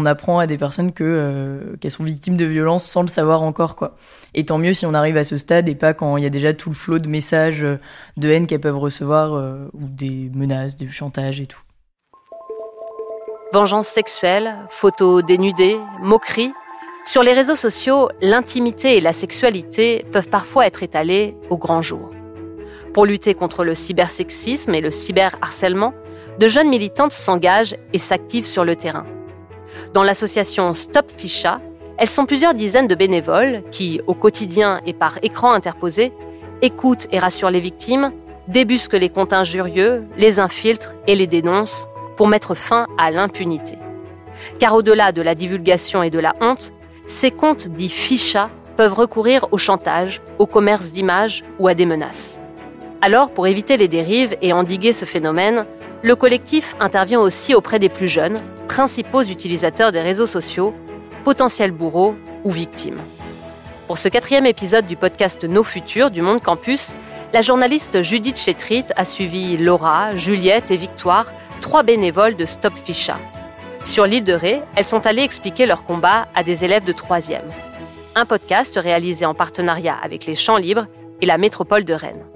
on apprend à des personnes qu'elles sont victimes de violences sans le savoir encore, quoi. Et tant mieux si on arrive à ce stade et pas quand il y a déjà tout le flot de messages de haine qu'elles peuvent recevoir ou des menaces, du chantage et tout. Vengeance sexuelle, photos dénudées, moqueries. Sur les réseaux sociaux, l'intimité et la sexualité peuvent parfois être étalées au grand jour. Pour lutter contre le cybersexisme et le cyberharcèlement, de jeunes militantes s'engagent et s'activent sur le terrain. Dans l'association Stop Ficha, elles sont plusieurs dizaines de bénévoles qui, au quotidien et par écran interposé, écoutent et rassurent les victimes, débusquent les comptes injurieux, les infiltrent et les dénoncent pour mettre fin à l'impunité. Car au-delà de la divulgation et de la honte, ces comptes dits ficha peuvent recourir au chantage, au commerce d'images ou à des menaces. Alors, pour éviter les dérives et endiguer ce phénomène, le collectif intervient aussi auprès des plus jeunes, principaux utilisateurs des réseaux sociaux, potentiels bourreaux ou victimes. Pour ce 4e épisode du podcast Nos Futurs du Monde Campus, la journaliste Judith Chétrit a suivi Laura, Juliette et Victoire, 3 bénévoles de Stop Ficha. Sur l'île de Ré, elles sont allées expliquer leur combat à des élèves de 3e. Un podcast réalisé en partenariat avec les Champs Libres et la métropole de Rennes.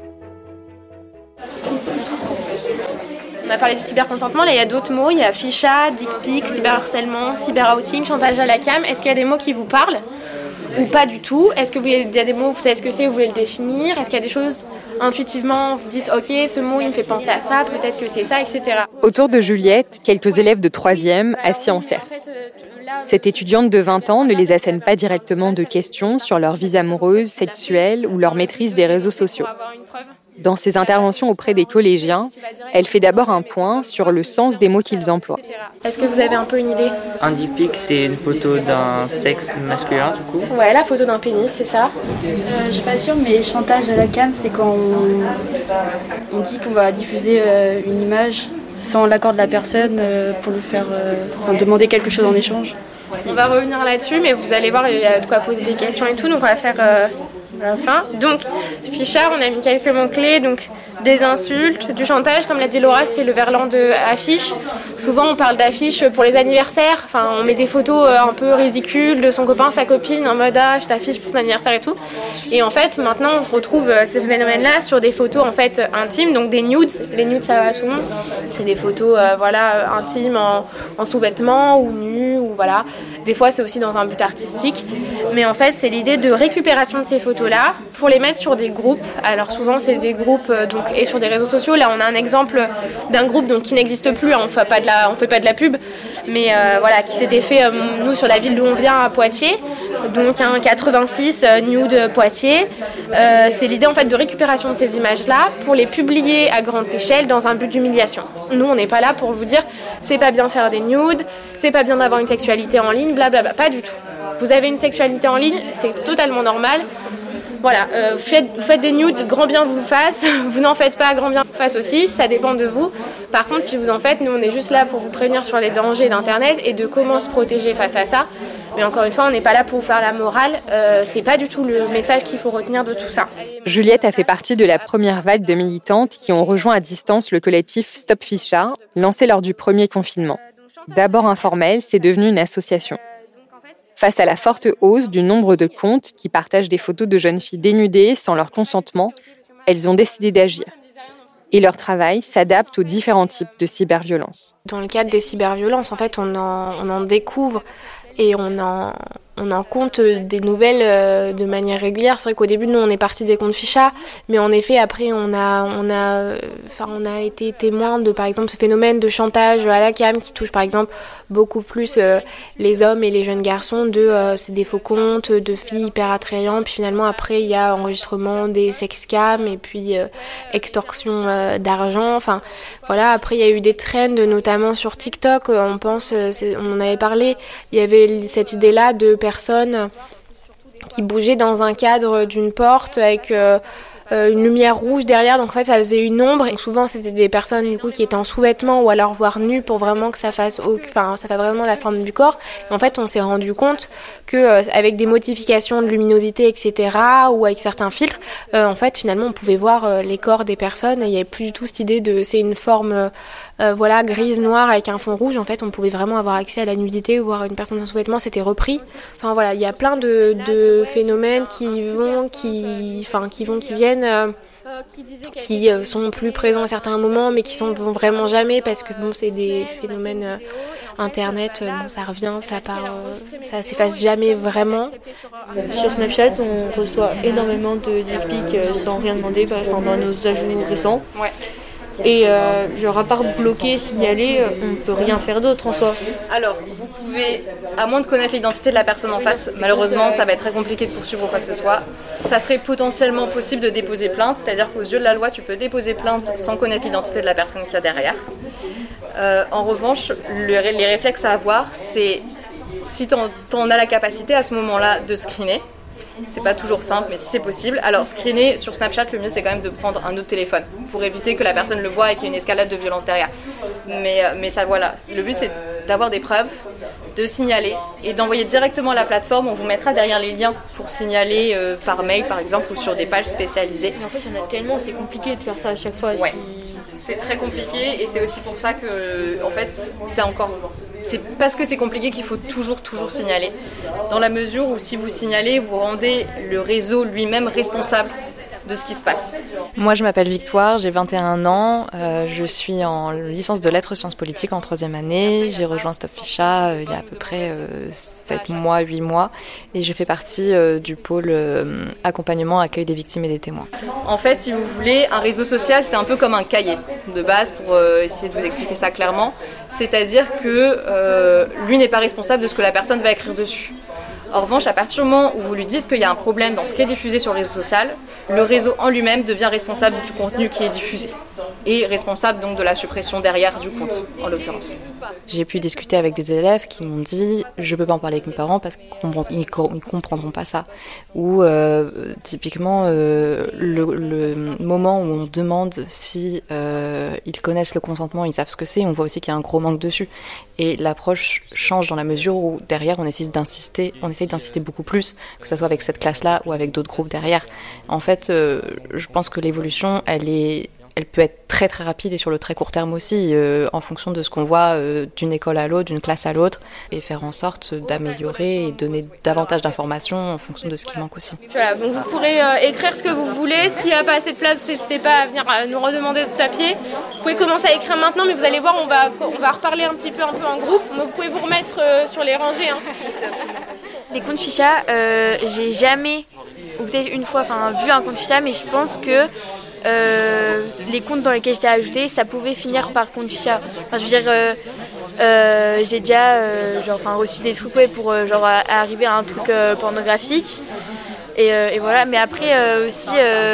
On a parlé du cyberconsentement, là il y a d'autres mots, il y a ficha, dick pic, cyberharcèlement, cyberouting, chantage à la cam. Est-ce qu'il y a des mots qui vous parlent ou pas du tout? Est-ce qu'il y a des mots, vous savez ce que c'est, vous voulez le définir? Est-ce qu'il y a des choses, intuitivement, vous dites ok, ce mot il me fait penser à ça, peut-être que c'est ça, etc. Autour de Juliette, quelques élèves de 3e assis en cercle. Cette étudiante de 20 ans ne les assène pas directement de questions sur leur vie amoureuse, sexuelle ou leur maîtrise des réseaux sociaux. Dans ses interventions auprès des collégiens, elle fait d'abord un point sur le sens des mots qu'ils emploient. Est-ce que vous avez un peu une idée? Un dick pic, c'est une photo d'un sexe masculin, du coup. Ouais, la photo d'un pénis, c'est ça. Je suis pas sûre, mais chantage à la cam, c'est quand on dit qu'on va diffuser une image sans l'accord de la personne pour lui faire demander quelque chose en échange. On va revenir là-dessus, mais vous allez voir, il y a de quoi poser des questions et tout, donc on va faire à la fin. Donc, fichard, on a mis quelques mots-clés, donc des insultes, du chantage, comme l'a dit Laura, c'est le verlan de affiche. Souvent, on parle d'affiches pour les anniversaires, enfin, on met des photos un peu ridicules de son copain, sa copine, en mode je t'affiche pour ton anniversaire et tout. Et en fait, maintenant, on se retrouve ce phénomène-là sur des photos en fait intimes, donc des nudes. Les nudes, ça va à tout le monde. C'est des photos intimes en sous-vêtements ou nus, ou voilà. Des fois, c'est aussi dans un but artistique. Mais en fait, c'est l'idée de récupération de ces photos-là pour les mettre sur des groupes. Alors souvent, c'est des groupes et sur des réseaux sociaux. Là, on a un exemple d'un groupe qui n'existe plus. On fait pas de la pub, mais qui s'était fait nous sur la ville d'où on vient à Poitiers. Donc un 86 nude Poitiers. C'est l'idée en fait de récupération de ces images-là pour les publier à grande échelle dans un but d'humiliation. Nous, on n'est pas là pour vous dire c'est pas bien de faire des nudes, c'est pas bien d'avoir une sexualité en ligne, blablabla. Pas du tout. Vous avez une sexualité en ligne, c'est totalement normal. Voilà, faites des nudes, grand bien vous fasse. Vous n'en faites pas, grand bien vous fasse aussi, ça dépend de vous. Par contre, si vous en faites, nous on est juste là pour vous prévenir sur les dangers d'Internet et de comment se protéger face à ça. Mais encore une fois, on n'est pas là pour vous faire la morale, c'est pas du tout le message qu'il faut retenir de tout ça. Juliette a fait partie de la première vague de militantes qui ont rejoint à distance le collectif Stop Ficha, lancé lors du premier confinement. D'abord informel, c'est devenu une association. Face à la forte hausse du nombre de comptes qui partagent des photos de jeunes filles dénudées sans leur consentement, elles ont décidé d'agir. Et leur travail s'adapte aux différents types de cyberviolences. Dans le cadre des cyberviolences, en fait, on en découvre et on en compte des nouvelles de manière régulière. C'est vrai qu'au début, nous, on est parti des comptes ficha, mais en effet, après, on a été témoin de, par exemple, ce phénomène de chantage à la cam qui touche, par exemple, beaucoup plus les hommes et les jeunes garçons. C'est des faux comptes de filles hyper attrayants. Puis finalement, après, il y a enregistrement des sexcams et puis extorsion d'argent. Enfin, voilà. Après, il y a eu des trends, notamment sur TikTok. On en avait parlé. Il y avait cette idée-là de personnes qui bougeaient dans un cadre d'une porte avec une lumière rouge derrière, donc en fait ça faisait une ombre, et souvent c'était des personnes du coup qui étaient en sous-vêtements ou alors voire nues pour vraiment que ça fasse vraiment la forme du corps. Et en fait on s'est rendu compte que avec des modifications de luminosité etc. ou avec certains filtres, en fait finalement on pouvait voir les corps des personnes, et il n'y avait plus du tout cette idée de c'est une forme grise, noire avec un fond rouge. En fait, on pouvait vraiment avoir accès à la nudité ou voir une personne sans sous-vêtements, c'était repris. Enfin voilà, il y a plein de phénomènes qui viennent, qui sont plus présents à certains moments, mais qui sont vont vraiment jamais parce que bon, c'est des phénomènes internet. Ça revient, ça part, ça s'efface jamais vraiment. Sur Snapchat, on reçoit énormément de dick pics sans rien demander, dans nos ajouts récents. Ouais. Et à part bloquer, signaler, on ne peut rien faire d'autre en soi. Alors, vous pouvez, à moins de connaître l'identité de la personne en face, malheureusement, ça va être très compliqué de poursuivre ou quoi que ce soit. Ça serait potentiellement possible de déposer plainte, c'est-à-dire qu'aux yeux de la loi, tu peux déposer plainte sans connaître l'identité de la personne qu'il y a derrière. En revanche, les réflexes à avoir, c'est si t'en as la capacité à ce moment-là de screener. C'est pas toujours simple, mais si c'est possible. Alors, screener sur Snapchat, le mieux c'est quand même de prendre un autre téléphone pour éviter que la personne le voie et qu'il y ait une escalade de violence derrière. Mais ça, voilà. Le but c'est d'avoir des preuves, de signaler et d'envoyer directement à la plateforme. On vous mettra derrière les liens pour signaler par mail par exemple ou sur des pages spécialisées. Mais en fait, il y en a tellement, c'est compliqué de faire ça à chaque fois. Ouais. C'est très compliqué et c'est aussi pour ça que, en fait, c'est parce que c'est compliqué qu'il faut toujours signaler. Dans la mesure où si vous signalez, vous rendez le réseau lui-même responsable de ce qui se passe. Moi, je m'appelle Victoire, j'ai 21 ans, je suis en licence de lettres sciences politiques en 3e année. J'ai rejoint Stop Ficha il y a à peu près 7 mois, 8 mois et je fais partie du pôle accompagnement, accueil des victimes et des témoins. En fait, si vous voulez, un réseau social, c'est un peu comme un cahier de base pour essayer de vous expliquer ça clairement. C'est-à-dire que lui n'est pas responsable de ce que la personne va écrire dessus. En revanche, à partir du moment où vous lui dites qu'il y a un problème dans ce qui est diffusé sur le réseau social, le réseau en lui-même devient responsable du contenu qui est diffusé et responsable donc de la suppression derrière du compte, en l'occurrence. J'ai pu discuter avec des élèves qui m'ont dit « je peux pas en parler avec mes parents parce qu'ils comprendront pas ça ». Ou typiquement, le moment où on demande si ils connaissent le consentement, ils savent ce que c'est, on voit aussi qu'il y a un gros manque dessus. Et l'approche change dans la mesure où derrière on essaye d'insister beaucoup plus, que ce soit avec cette classe-là ou avec d'autres groupes derrière. En fait, je pense que l'évolution, elle peut être très très rapide et sur le très court terme aussi, en fonction de ce qu'on voit d'une école à l'autre, d'une classe à l'autre, et faire en sorte d'améliorer et donner davantage d'informations en fonction de ce qui manque aussi. Voilà, donc vous pourrez écrire ce que vous voulez. S'il n'y a pas assez de place, n'hésitez pas à venir nous redemander de papier. Vous pouvez commencer à écrire maintenant, mais vous allez voir, on va reparler un peu en groupe. Mais vous pouvez vous remettre sur les rangées. Hein. Les comptes Ficha, j'ai jamais, ou peut-être une fois, vu un compte Ficha, mais je pense que les comptes dans lesquels j'étais ajoutée, ça pouvait finir par compte Ficha. Enfin, je veux dire, j'ai déjà reçu des trucs pour arriver à un truc pornographique. Et voilà. Mais après aussi,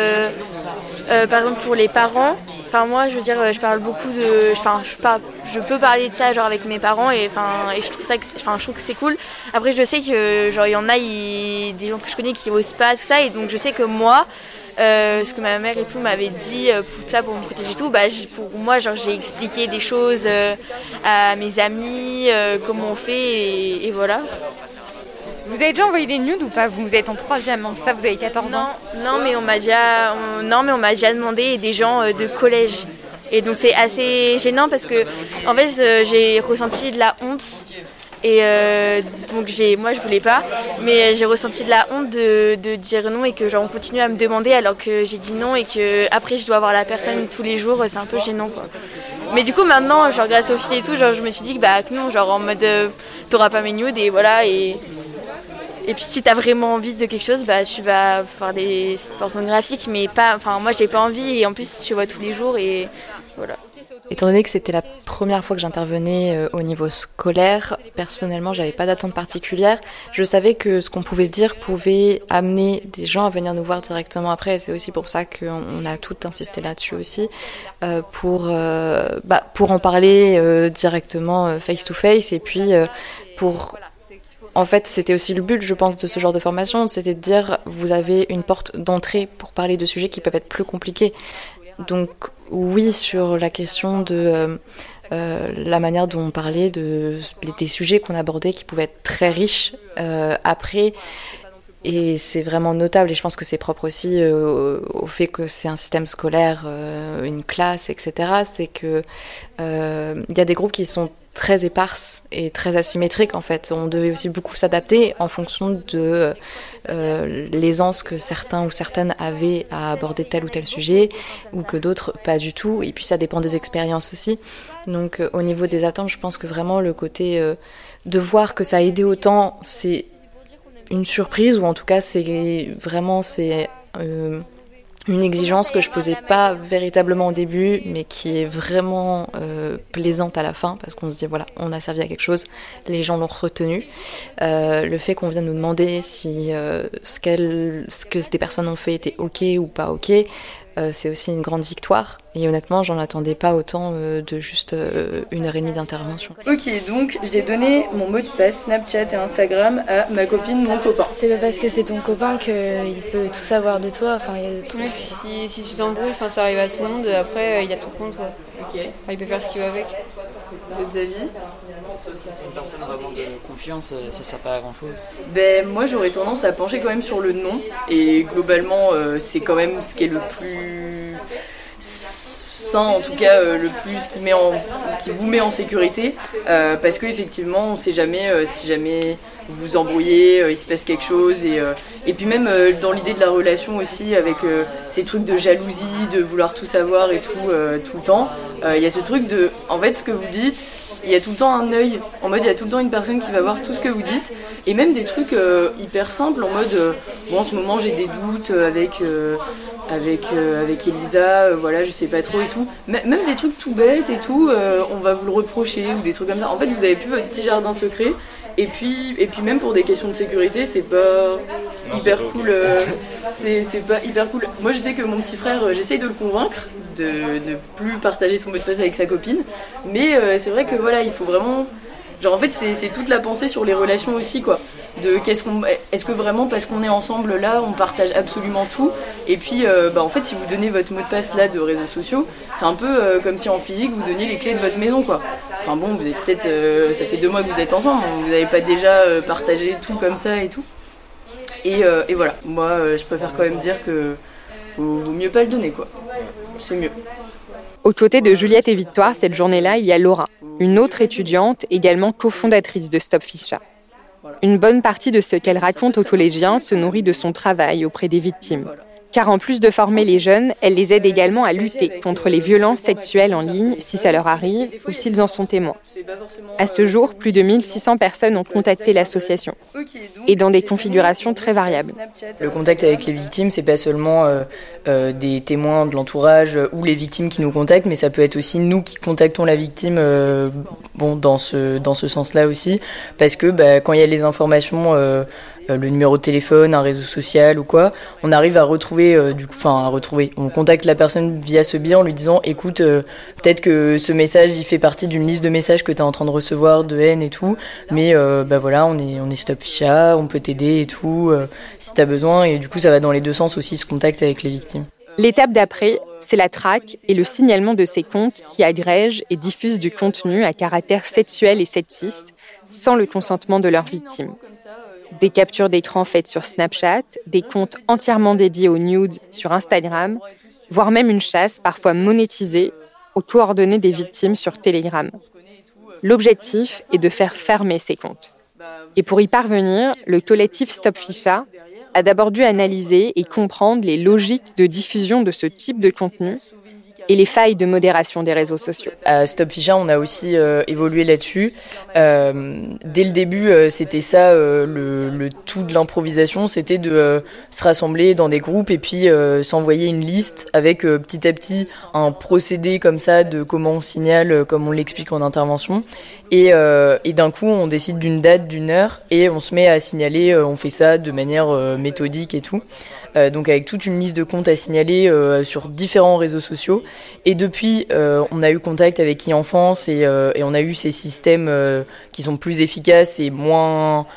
par exemple pour les parents. Enfin moi, je veux dire, je parle beaucoup de, je peux parler de ça avec mes parents et je trouve ça, je trouve que c'est cool. Après, je sais que il y en a, des gens que je connais qui osent pas tout ça et donc je sais que moi. Ce que ma mère et tout m'avait dit pour me protéger et tout, pour moi j'ai expliqué des choses à mes amis, comment on fait et voilà. Vous avez déjà envoyé des nudes ou pas? Vous êtes en 3e, ça vous avez 14 ans. Non mais on m'a déjà demandé des gens de collège. Et donc c'est assez gênant parce que en fait j'ai ressenti de la honte. Et donc moi je voulais pas, mais j'ai ressenti de la honte de dire non et que on continue à me demander alors que j'ai dit non et que après je dois voir la personne tous les jours, c'est un peu gênant quoi. Mais du coup maintenant grâce aux filles et tout, je me suis dit que non, en mode t'auras pas mes nudes et voilà et puis si t'as vraiment envie de quelque chose, tu vas faire des sites pornographiques, mais pas, moi j'ai pas envie et en plus tu vois tous les jours et voilà. Étant donné que c'était la première fois que j'intervenais au niveau scolaire, personnellement, j'avais pas d'attente particulière. Je savais que ce qu'on pouvait dire pouvait amener des gens à venir nous voir directement après. Et c'est aussi pour ça qu'on a tout insisté là-dessus aussi, pour en parler directement face to face et puis En fait, c'était aussi le but, je pense, de ce genre de formation, c'était de dire, vous avez une porte d'entrée pour parler de sujets qui peuvent être plus compliqués. Donc oui, sur la question de la manière dont on parlait, des sujets qu'on abordait qui pouvaient être très riches. Après, Et c'est vraiment notable, et je pense que c'est propre aussi au fait que c'est un système scolaire, une classe, etc. C'est que y a des groupes qui sont très éparses et très asymétriques en fait. On devait aussi beaucoup s'adapter en fonction de l'aisance que certains ou certaines avaient à aborder tel ou tel sujet, ou que d'autres pas du tout. Et puis ça dépend des expériences aussi. Donc au niveau des attentes, je pense que vraiment le côté de voir que ça a aidé autant, c'est une surprise, ou en tout cas c'est une exigence que je posais pas véritablement au début, mais qui est vraiment plaisante à la fin, parce qu'on se dit voilà, on a servi à quelque chose, les gens l'ont retenu. Le fait qu'on vienne nous demander si ce que des personnes ont fait était ok ou pas ok, c'est aussi une grande victoire. Et honnêtement, j'en attendais pas autant de juste 1h30 d'intervention. Ok, donc j'ai donné mon mot de passe Snapchat et Instagram à ma copine, mon copain. C'est pas parce que c'est ton copain qu'il peut tout savoir de toi. Enfin, y a de Et puis si tu t'embrouilles, ça arrive à tout le monde, après il a ton compte. Ouais. Ok. Enfin, il peut faire ce qu'il veut avec. D'autres avis? Ça aussi, c'est une personne vraiment de confiance, ça sert pas à grand chose. Ben, moi j'aurais tendance à pencher quand même sur le nom, et globalement c'est quand même ce qui est le plus sain, en tout cas le plus qui vous met en sécurité, parce qu'effectivement on sait jamais si jamais vous vous embrouillez, il se passe quelque chose, et puis même dans l'idée de la relation aussi, avec ces trucs de jalousie, de vouloir tout savoir et tout le temps, il y a ce truc de, en fait, ce que vous dites, il y a tout le temps un œil, en mode il y a tout le temps une personne qui va voir tout ce que vous dites, et même des trucs hyper simples, en mode bon, en ce moment j'ai des doutes avec Elisa, voilà, je sais pas trop et tout, même des trucs tout bêtes et tout, on va vous le reprocher, ou des trucs comme ça. En fait, vous avez plus votre petit jardin secret. Et puis même pour des questions de sécurité, c'est pas hyper cool. C'est pas hyper cool. Moi, je sais que mon petit frère, j'essaye de le convaincre de ne plus partager son mot de passe avec sa copine. Mais c'est vrai que voilà, il faut vraiment... Genre en fait, c'est toute la pensée sur les relations aussi, quoi. Est-ce que vraiment, parce qu'on est ensemble là, on partage absolument tout? Et puis, en fait, si vous donnez votre mot de passe là de réseaux sociaux, c'est un peu comme si en physique vous donniez les clés de votre maison, quoi. Enfin bon, vous êtes peut-être, ça fait 2 mois que vous êtes ensemble, vous n'avez pas déjà partagé tout comme ça et tout. Et voilà, moi, je préfère quand même dire que vaut mieux pas le donner, quoi. C'est mieux. Aux côtés de Juliette et Victoire, cette journée-là, il y a Laura, une autre étudiante, également cofondatrice de Stop Ficha. Une bonne partie de ce qu'elle raconte aux collégiens se nourrit de son travail auprès des victimes. Car en plus de former les jeunes, elle les aide également à lutter contre les violences sexuelles en ligne, si ça leur arrive ou s'ils en sont témoins. À ce jour, plus de 1600 personnes ont contacté l'association, et dans des configurations très variables. Le contact avec les victimes, c'est pas seulement des témoins de l'entourage ou les victimes qui nous contactent, mais ça peut être aussi nous qui contactons la victime, dans ce sens-là aussi, parce que quand il y a les informations... le numéro de téléphone, un réseau social ou quoi, on arrive à retrouver, on contacte la personne via ce biais en lui disant écoute, peut-être que ce message il fait partie d'une liste de messages que tu es en train de recevoir de haine et tout, mais voilà, on est Stop Ficha, on peut t'aider et tout, si tu as besoin, et du coup ça va dans les deux sens aussi, ce contact avec les victimes. L'étape d'après, c'est la traque et le signalement de ces comptes qui agrègent et diffusent du contenu à caractère sexuel et sexiste sans le consentement de leurs victimes. Des captures d'écran faites sur Snapchat, des comptes entièrement dédiés aux nudes sur Instagram, voire même une chasse parfois monétisée aux coordonnées des victimes sur Telegram. L'objectif est de faire fermer ces comptes. Et pour y parvenir, le collectif Stop Ficha a d'abord dû analyser et comprendre les logiques de diffusion de ce type de contenu et les failles de modération des réseaux sociaux. À Stop Ficha, on a aussi évolué là-dessus. Dès le début, c'était ça, le tout de l'improvisation, c'était de se rassembler dans des groupes et puis s'envoyer une liste avec petit à petit un procédé comme ça de comment on signale, comme on l'explique en intervention. Et d'un coup, on décide d'une date, d'une heure, et on se met à signaler, on fait ça de manière méthodique et tout. Donc avec toute une liste de comptes à signaler sur différents réseaux sociaux. Et depuis, on a eu contact avec e-enfance et on a eu ces systèmes qui sont plus efficaces et moins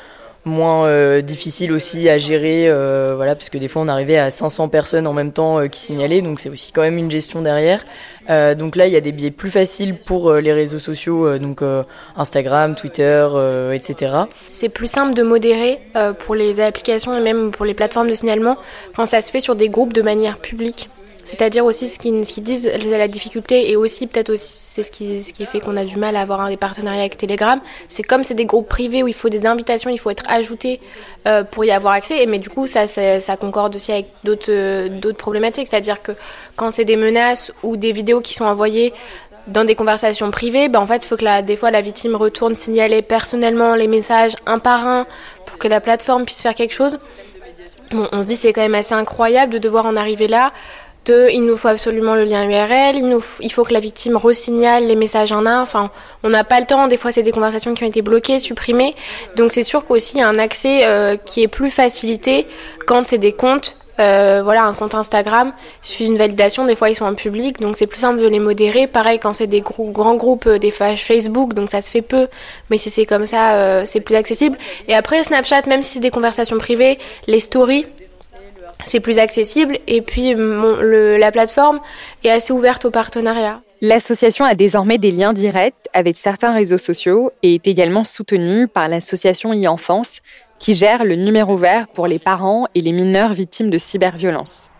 moins difficile aussi à gérer, voilà, parce que des fois on arrivait à 500 personnes en même temps qui signalaient, donc c'est aussi quand même une gestion derrière. Donc là, il y a des biais plus faciles pour les réseaux sociaux, donc Instagram, Twitter, etc. C'est plus simple de modérer pour les applications et même pour les plateformes de signalement quand ça se fait sur des groupes de manière publique. C'est-à-dire aussi ce qu'ils disent, la difficulté, et aussi peut-être aussi c'est ce qui fait qu'on a du mal à avoir des partenariats avec Telegram, c'est comme c'est des groupes privés où il faut des invitations, il faut être ajouté pour y avoir accès, mais du coup ça concorde aussi avec d'autres problématiques, c'est-à-dire que quand c'est des menaces ou des vidéos qui sont envoyées dans des conversations privées, en fait il faut que des fois la victime retourne signaler personnellement les messages un par un pour que la plateforme puisse faire quelque chose. Bon, on se dit c'est quand même assez incroyable de devoir en arriver là. Il nous faut absolument le lien URL, il faut que la victime resignale les messages en un, enfin on n'a pas le temps, des fois c'est des conversations qui ont été bloquées, supprimées, donc c'est sûr qu'aussi il y a un accès qui est plus facilité quand c'est des comptes, un compte Instagram, il suffit d'une validation, des fois ils sont en public, donc c'est plus simple de les modérer, pareil quand c'est des grands groupes, des pages Facebook, donc ça se fait peu, mais si c'est comme ça, c'est plus accessible. Et après Snapchat, même si c'est des conversations privées, les stories, c'est plus accessible, et puis la plateforme est assez ouverte au partenariat. L'association a désormais des liens directs avec certains réseaux sociaux et est également soutenue par l'association e-Enfance qui gère le numéro vert pour les parents et les mineurs victimes de cyberviolence.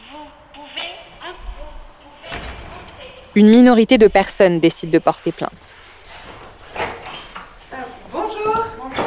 Une minorité de personnes décide de porter plainte. Bonjour.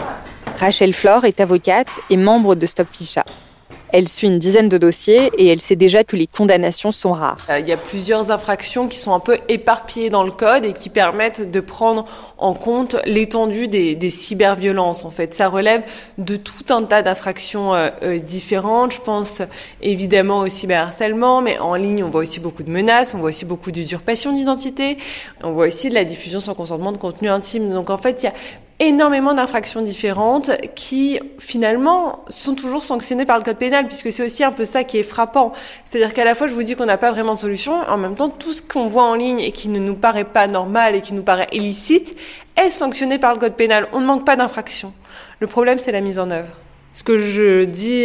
Rachel Flore est avocate et membre de Stop Ficha. Elle suit une dizaine de dossiers et elle sait déjà que les condamnations sont rares. Il y a plusieurs infractions qui sont un peu éparpillées dans le code et qui permettent de prendre en compte l'étendue des cyberviolences. En fait, ça relève de tout un tas d'infractions différentes. Je pense évidemment au cyberharcèlement, mais en ligne, on voit aussi beaucoup de menaces, on voit aussi beaucoup d'usurpation d'identité, on voit aussi de la diffusion sans consentement de contenu intime. Donc en fait, il y a énormément d'infractions différentes qui, finalement, sont toujours sanctionnées par le code pénal, puisque c'est aussi un peu ça qui est frappant. C'est-à-dire qu'à la fois, je vous dis qu'on n'a pas vraiment de solution, en même temps, tout ce qu'on voit en ligne et qui ne nous paraît pas normal et qui nous paraît illicite est sanctionné par le code pénal. On ne manque pas d'infractions. Le problème, c'est la mise en œuvre. Ce que je dis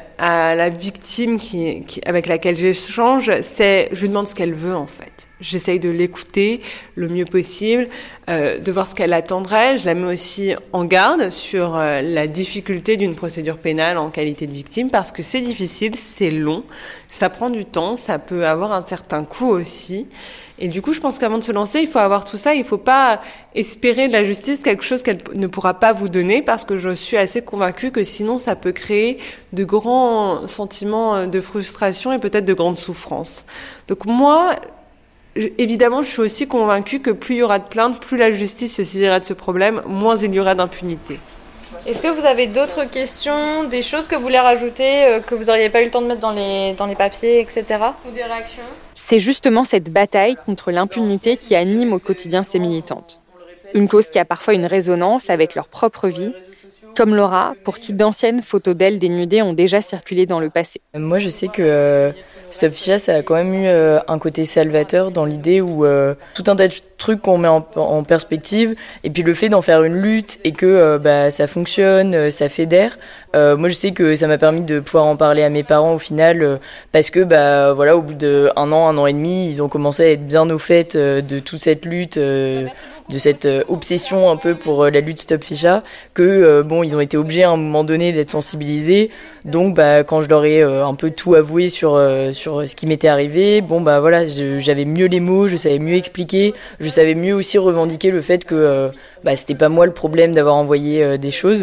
à la victime avec laquelle j'échange, c'est je lui demande ce qu'elle veut en fait. J'essaye de l'écouter le mieux possible, de voir ce qu'elle attendrait. Je la mets aussi en garde sur la difficulté d'une procédure pénale en qualité de victime parce que c'est difficile, c'est long, ça prend du temps, ça peut avoir un certain coût aussi. Et du coup, je pense qu'avant de se lancer, il faut avoir tout ça. Il faut pas espérer de la justice quelque chose qu'elle ne pourra pas vous donner parce que je suis assez convaincue que sinon, ça peut créer de grands sentiments de frustration et peut-être de grandes souffrances. Donc moi, évidemment, je suis aussi convaincue que plus il y aura de plaintes, plus la justice se saisira de ce problème, moins il y aura d'impunité. Est-ce que vous avez d'autres questions, des choses que vous voulez rajouter, que vous n'auriez pas eu le temps de mettre dans les papiers, etc. Ou des réactions ? C'est justement cette bataille contre l'impunité qui anime au quotidien ces militantes. Une cause qui a parfois une résonance avec leur propre vie, comme Laura, pour qui d'anciennes photos d'elle dénudées ont déjà circulé dans le passé. Moi, je sais que Stop Ficha, ça a quand même eu un côté salvateur dans l'idée où tout un tas de trucs qu'on met en perspective, et puis le fait d'en faire une lutte et que ça fonctionne, ça fédère. Moi, je sais que ça m'a permis de pouvoir en parler à mes parents au final, parce que au bout d'1 an et demi, ils ont commencé à être bien au fait de toute cette lutte, de cette obsession un peu pour la lutte Stop Ficha, que ils ont été obligés à un moment donné d'être sensibilisés. Donc quand je leur ai un peu tout avoué sur ce qui m'était arrivé, j'avais mieux les mots, je savais mieux expliquer, je savais mieux aussi revendiquer le fait que c'était pas moi le problème d'avoir envoyé des choses.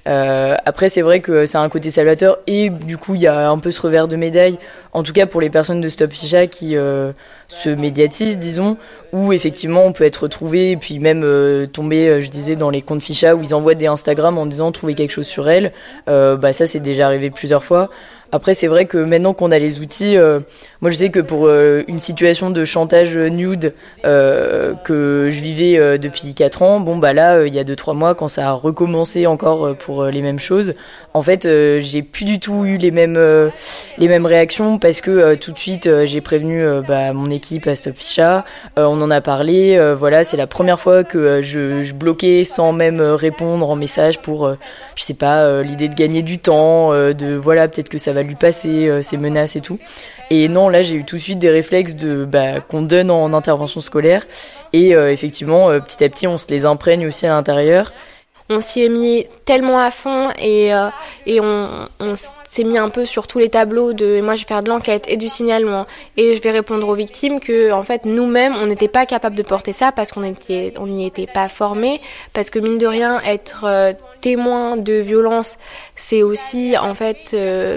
Après, c'est vrai que ça a un côté salvateur et du coup, il y a un peu ce revers de médaille, en tout cas pour les personnes de Stop Ficha qui se médiatisent, disons, où effectivement on peut être retrouvé et puis même tomber, je disais, dans les comptes Ficha où ils envoient des Instagram en disant trouver quelque chose sur elle. Ça, c'est déjà arrivé plusieurs fois. Après, c'est vrai que maintenant qu'on a les outils, moi je sais que pour une situation de chantage nude que je vivais depuis 4 ans, bon bah là, il y a 2-3 mois, quand ça a recommencé encore pour les mêmes choses, en fait, j'ai plus du tout eu les mêmes réactions parce que tout de suite, j'ai prévenu mon équipe à Stop Ficha, on en a parlé, voilà, c'est la première fois que je bloquais sans même répondre en message pour, je sais pas, l'idée de gagner du temps, de voilà, peut-être que ça va lui passer ces menaces et tout. Et non, là, j'ai eu tout de suite des réflexes qu'on donne en intervention scolaire. Et effectivement, petit à petit, on se les imprègne aussi à l'intérieur. On s'y est mis tellement à fond et on s'est mis un peu sur tous les tableaux de moi je vais faire de l'enquête et du signalement et je vais répondre aux victimes que en fait nous-mêmes on n'était pas capable de porter ça parce qu'on n'y était pas formés, parce que mine de rien être témoin de violence, c'est aussi en fait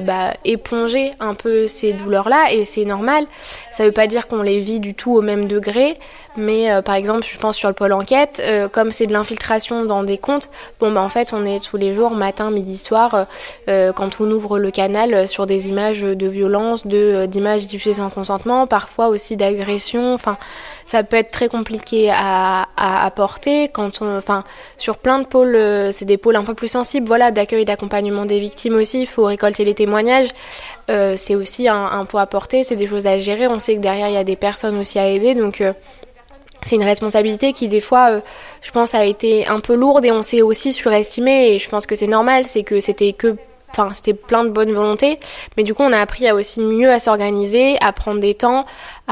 éponger un peu ces douleurs-là et c'est normal. Ça veut pas dire qu'on les vit du tout au même degré, mais par exemple, je pense sur le pôle enquête, comme c'est de l'infiltration dans des comptes, en fait, on est tous les jours, matin, midi, soir, quand on ouvre le canal sur des images de violence, d'images diffusées sans consentement, parfois aussi d'agression. Enfin, ça peut être très compliqué à porter sur plein de pôles, c'est des pôles un peu plus sensibles, voilà, d'accueil et d'accompagnement des victimes aussi. Il faut récolter les témoignages. C'est aussi un poids à porter, c'est des choses à gérer. On sait que derrière il y a des personnes aussi à aider, donc c'est une responsabilité qui des fois, je pense, a été un peu lourde et on s'est aussi surestimé. Et je pense que c'est normal, c'est que c'était plein de bonne volonté, mais du coup on a appris mieux à s'organiser, à prendre des temps,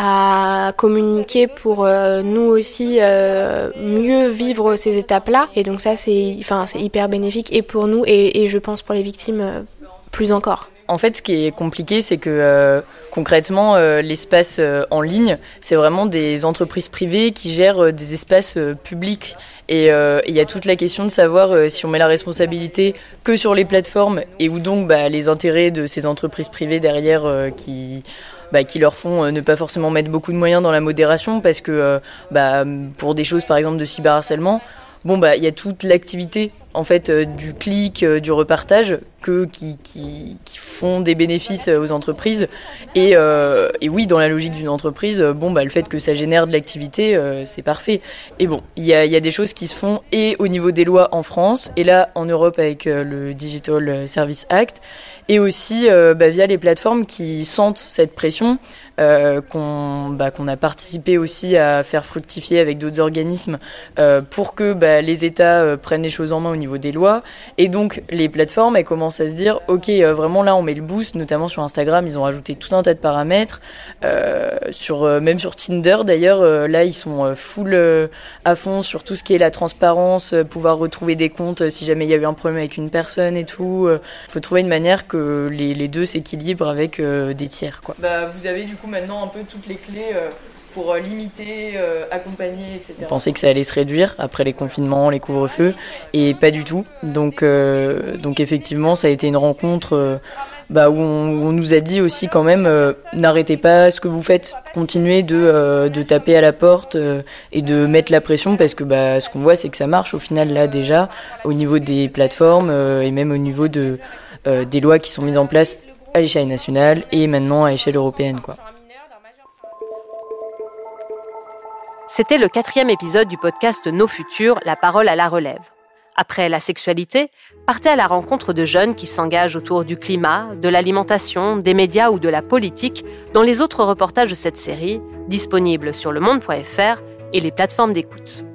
à communiquer pour nous aussi mieux vivre ces étapes-là. Et donc ça c'est hyper bénéfique et pour nous et je pense pour les victimes plus encore. En fait, ce qui est compliqué, c'est que concrètement, l'espace en ligne, c'est vraiment des entreprises privées qui gèrent des espaces publics. Et il y a toute la question de savoir si on met la responsabilité que sur les plateformes et où donc les intérêts de ces entreprises privées derrière qui leur font ne pas forcément mettre beaucoup de moyens dans la modération parce que pour des choses par exemple de cyberharcèlement, il y a toute l'activité en fait du clic, du repartage qui font des bénéfices aux entreprises et oui, dans la logique d'une entreprise, le fait que ça génère de l'activité, c'est parfait. Et il y a des choses qui se font et au niveau des lois en France et là en Europe avec le Digital Services Act et aussi via les plateformes qui sentent cette pression qu'on a participé aussi à faire fructifier avec d'autres organismes pour que les États prennent les choses en main au niveau des lois. Et donc les plateformes, elles commencent à se dire ok, vraiment là on met le boost, notamment sur Instagram, ils ont rajouté tout un tas de paramètres, même sur Tinder d'ailleurs, là ils sont full à fond sur tout ce qui est la transparence, pouvoir retrouver des comptes si jamais il y a eu un problème avec une personne et tout. Faut trouver une manière que les deux s'équilibrent avec des tiers, quoi. Vous avez du coup maintenant un peu toutes les clés pour limiter, accompagner, etc. On pensait que ça allait se réduire après les confinements, les couvre-feux, et pas du tout. Donc effectivement, ça a été une rencontre où on nous a dit aussi quand même, n'arrêtez pas ce que vous faites, continuez de taper à la porte et de mettre la pression parce que ce qu'on voit, c'est que ça marche au final là déjà, au niveau des plateformes et même au niveau des lois qui sont mises en place à l'échelle nationale et maintenant à l'échelle européenne, quoi. C'était le 4e épisode du podcast Nos Futurs, la parole à la relève. Après la sexualité, partez à la rencontre de jeunes qui s'engagent autour du climat, de l'alimentation, des médias ou de la politique dans les autres reportages de cette série, disponibles sur lemonde.fr et les plateformes d'écoute.